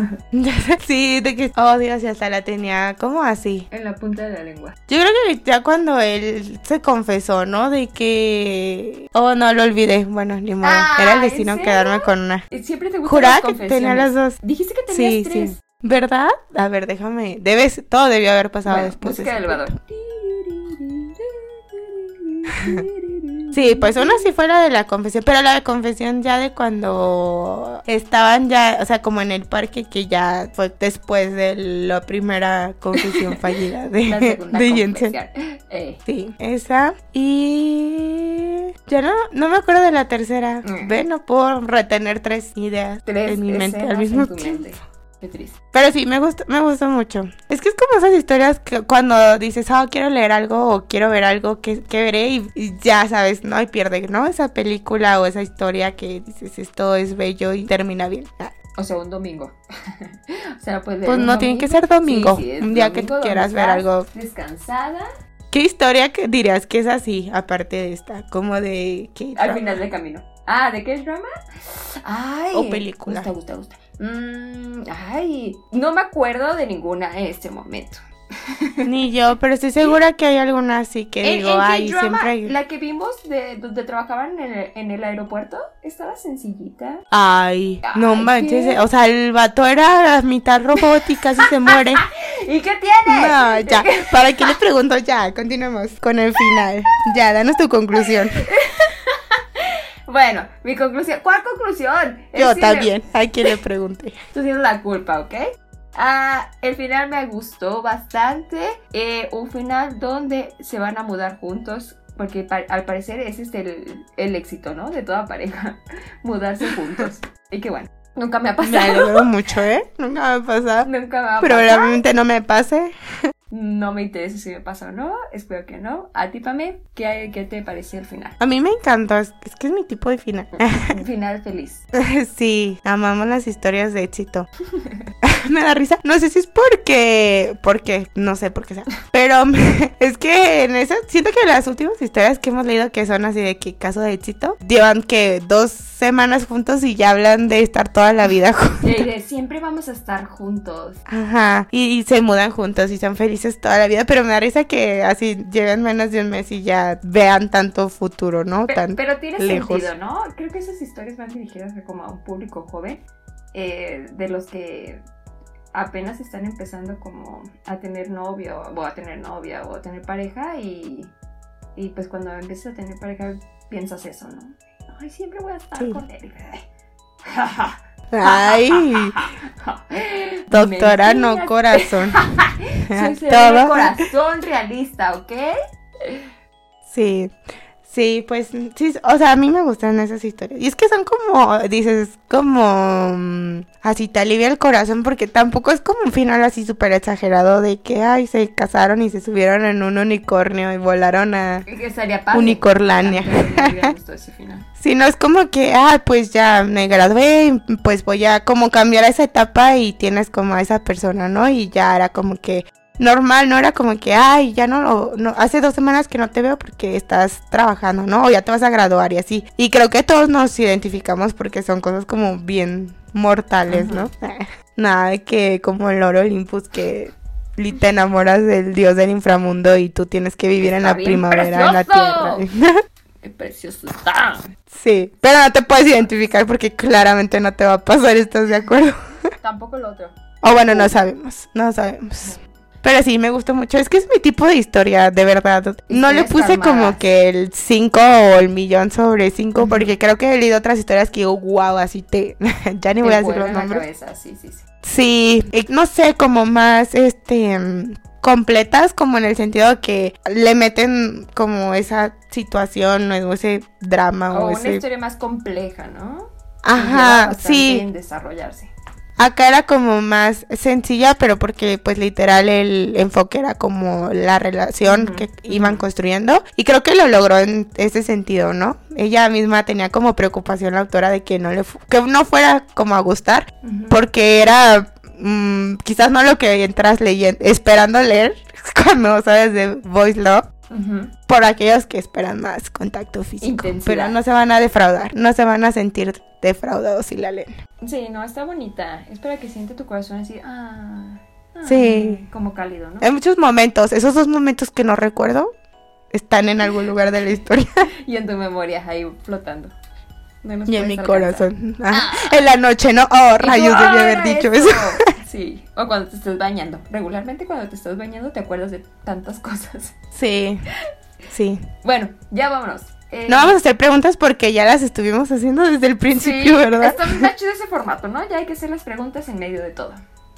¿no? Sí, de que... Oh, Dios, ya hasta la tenía como así. En la punta de la lengua. Yo creo que ya cuando él se confesó, ¿no? De que... Oh, no, lo olvidé. Bueno, ni modo. Ah, era el destino quedarme con una. Siempre te gustan Juraba las confesiones. Que tenía las dos. Dijiste que tenías sí, tres. Sí. ¿Verdad? A ver, déjame... Debes... Todo debió haber pasado bueno, después. Música del elevador. Sí, pues una sí fue la de la confesión, pero la de confesión ya de cuando estaban ya, o sea, como en el parque, que ya fue después de la primera confesión fallida de, la segunda de Jensen. Eh. Sí, esa. Y ya no, no me acuerdo de la tercera. Mm. Ve, no puedo retener tres ideas tres en mi mente al mismo tiempo. Mente. Qué triste. Pero sí, me gusta, me gustó mucho. Es que es como esas historias que cuando dices, oh, quiero leer algo o quiero ver algo que, que veré y, y ya sabes, ¿no? Y pierde, ¿no? Esa película o esa historia que dices, esto es bello y termina bien. Ah. O sea, un domingo. o sea, pues, pues no tiene que ser domingo. Sí, sí, un día que tú quieras ver algo. Descansada. ¿Qué historia que dirías que es así, aparte de esta? Como de... ¿qué Al final del camino. Ah, ¿de qué es drama? Ay. O película. Gusta, gusta, gusta. Mm, ay, no me acuerdo de ninguna en este momento. Ni yo, pero estoy segura que hay alguna así que en, digo, en ay, K-drama, siempre hay... La que vimos de donde trabajaban en el, en el aeropuerto, estaba sencillita. Ay, ay no manches, ¿qué? O sea, el vato era a mitad robótica, casi se muere. ¿Y qué tiene? No, ya, ¿para qué le pregunto? Ya, continuemos con el final. Ya, danos tu conclusión. Bueno, mi conclusión. ¿Cuál conclusión? Yo también, me... a quien le pregunté. Tú tienes la culpa, ¿ok? Ah, el final me gustó bastante. Eh, un final donde se van a mudar juntos. Porque pa- al parecer ese es el, el éxito, ¿no? De toda pareja. Mudarse juntos. Y qué bueno. Nunca me ha pasado. Me alegro mucho, ¿eh? Nunca me ha pasado. Nunca me ha pasado. Probablemente no me pase. No me interesa si me pasa o no. Espero que no. A ti, Pame, ¿qué, qué te pareció el final? A mí me encantó. Es, es que es mi tipo de final. Un final feliz. Sí, amamos las historias de éxito. Me da risa. No sé si es porque... Porque, no sé por qué sea. Pero es que en eso... Siento que las últimas historias que hemos leído que son así de que caso de éxito, llevan que dos semanas juntos y ya hablan de estar toda la vida juntos. De, de siempre vamos a estar juntos. Ajá. Y, y se mudan juntos y son felices toda la vida. Pero me da risa que así lleven menos de un mes y ya vean tanto futuro, ¿no? Pe- Tan pero tiene lejos. sentido, ¿no? Creo que esas historias van dirigidas a como a un público joven. Eh, de los que apenas están empezando como a tener novio o a tener novia o a tener pareja y, y pues cuando empiezas a tener pareja piensas eso, ¿no? Ay, siempre voy a estar sí. con él. Ay, doctora, no corazón. Soy ser corazón realista, ¿ok? Sí, sí, pues, sí, o sea, a mí me gustan esas historias. Y es que son como, dices, como, así te alivia el corazón, porque tampoco es como un final así súper exagerado de que, ay, se casaron y se subieron en un unicornio y volaron a Unicorlandia. Me gustó ese final. Sí, no es como que, ah, pues ya me gradué, pues voy a como cambiar a esa etapa y tienes como a esa persona, ¿no? Y ya era como que normal, no era como que, ay, ya no lo, no, hace dos semanas que no te veo porque estás trabajando, ¿no? O ya te vas a graduar y así. Y creo que todos nos identificamos porque son cosas como bien mortales, uh-huh. ¿no? Nada de que como el Loro Olympus que te enamoras del dios del inframundo y tú tienes que vivir Está en la primavera precioso. En la tierra. ¡Qué precioso está! Sí, pero no te puedes identificar porque claramente no te va a pasar, ¿estás de acuerdo? Tampoco el otro. O bueno, no sabemos, no sabemos. Pero sí, me gusta mucho. Es que es mi tipo de historia, de verdad. No le puse como que el cinco o el millón sobre cinco, uh-huh. porque creo que he leído otras historias que digo, wow, así te... ya ni te voy a decir los nombres. Cabeza. Sí, sí, sí. Sí, no sé, como más, este... completas, como en el sentido que le meten como esa situación o ese drama. O, o una ese... historia más compleja, ¿no? Ajá, sí. En desarrollarse. Acá era como más sencilla, pero porque pues literal el enfoque era como la relación uh-huh. que iban uh-huh. construyendo. Y creo que lo logró en ese sentido, ¿no? Ella misma tenía como preocupación la autora de que no le fu- que no fuera como a gustar, uh-huh. porque era mmm, quizás no lo que entras leyendo, esperando leer cuando sabes de Voice Love. Uh-huh. Por aquellos que esperan más contacto físico. Intensidad. Pero no se van a defraudar, no se van a sentir defraudados si la leen. Sí, no, está bonita. Es para que siente tu corazón así, ah, ah sí, como cálido, ¿no? Hay muchos momentos, esos dos momentos que no recuerdo están en algún lugar de la historia. Y en tu memoria, ahí flotando. No y en mi alcanzar. Corazón. Ah, ah. En la noche, ¿no? Oh, rayos, debí haber dicho eso. eso. Sí, o cuando te estás bañando. Regularmente cuando te estás bañando te acuerdas de tantas cosas. Sí, sí. Bueno, ya vámonos. Eh, no vamos a hacer preguntas porque ya las estuvimos haciendo desde el principio, sí, ¿verdad? Está muy chido ese formato, ¿no? Ya hay que hacer las preguntas en medio de todo.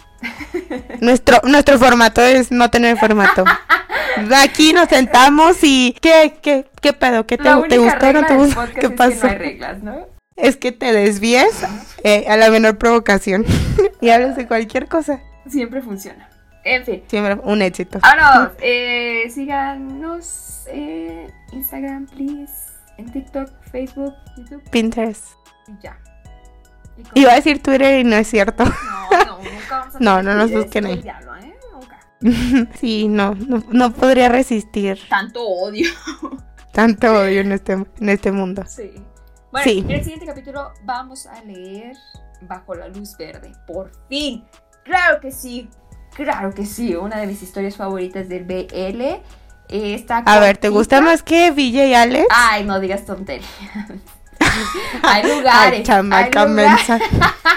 Nuestro, nuestro formato es no tener formato. Aquí nos sentamos y ¿qué, qué, qué pedo? ¿Qué te, te gustó o no te gustó? ¿Qué pasó? Es que no hay reglas, ¿no? Es que te desvíes eh, a la menor provocación y hablas de cualquier cosa. Siempre funciona. En fin. Siempre un éxito. Vámonos. Eh, síganos en Instagram, please. En TikTok, Facebook, YouTube. Pinterest. Y ya. ¿Y Iba a decir Twitter y no es cierto. No, no, nunca vamos a No, no nos busquen ahí. Diablo, ¿eh? Nunca. Sí, no, no, no podría resistir. Tanto odio. Tanto odio en este, en este mundo. Sí. Bueno, sí. En el siguiente capítulo vamos a leer Bajo la Luz Verde. Por fin. Claro que sí. Claro que sí. Una de mis historias favoritas del B L. Eh, está a ver, ¿te gusta más que V J y Alex? Ay, no digas tonterías. Hay lugares. Ay, chamaca hay lugares. mensa.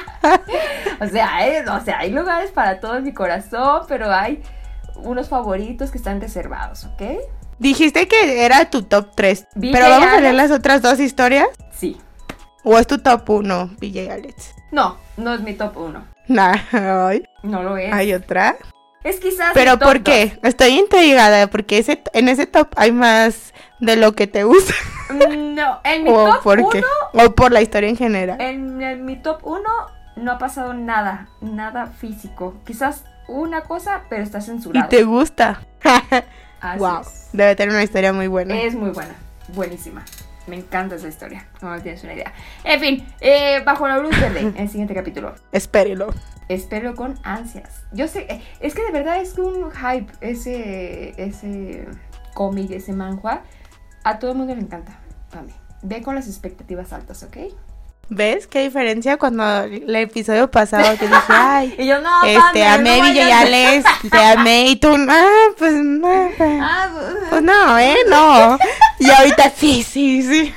o, sea, hay, o sea, hay lugares para todo en mi corazón, pero hay unos favoritos que están reservados, ¿ok? Dijiste que era tu top tres, pero ¿vamos Alex? A leer las otras dos historias? Sí. ¿O es tu top uno, V J Alex? No, no es mi top uno. Nah, no lo es. ¿Hay otra? Es quizás ¿Pero por qué? Dos. Estoy intrigada, porque ese, en ese top hay más de lo que te gusta. No, en mi ¿O top por uno... qué? ¿O por la historia en general? En, en mi top uno no ha pasado nada, nada físico. Quizás una cosa, pero está censurado. ¿Y te gusta? Así wow, es. Debe tener una historia muy buena. Es muy buena, buenísima. Me encanta esa historia, no tienes una idea. En fin, eh, Bajo la Luz Verde, en el siguiente capítulo. Espérelo. Espero con ansias. Yo sé, es que de verdad es un hype ese, ese cómic, ese manhwa. A todo el mundo le encanta. A mí. Ve con las expectativas altas, ¿ok? ¿Ves qué diferencia cuando el episodio pasado te dije, ay, y yo no, este, amé no V J Alex, te amé, y tú, ah, pues no, pues, ah, pues, pues no, eh, no, y ahorita sí, sí, sí.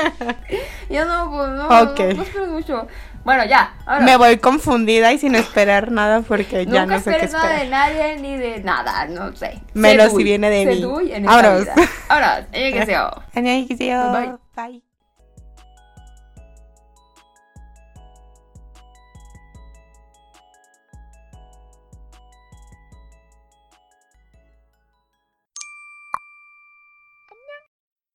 Yo no, pues no, okay. no, no espero mucho. Bueno, ya, ahora. Me voy confundida y sin esperar nada porque ya no sé qué esperar. Nunca esperes nada de nadie ni de nada, no sé. Menos Sedui. Si viene de mí. Sedui en esta vida. Ahora, 안녕히 계세요. 안녕히 계세요. Bye. Bye. Bye.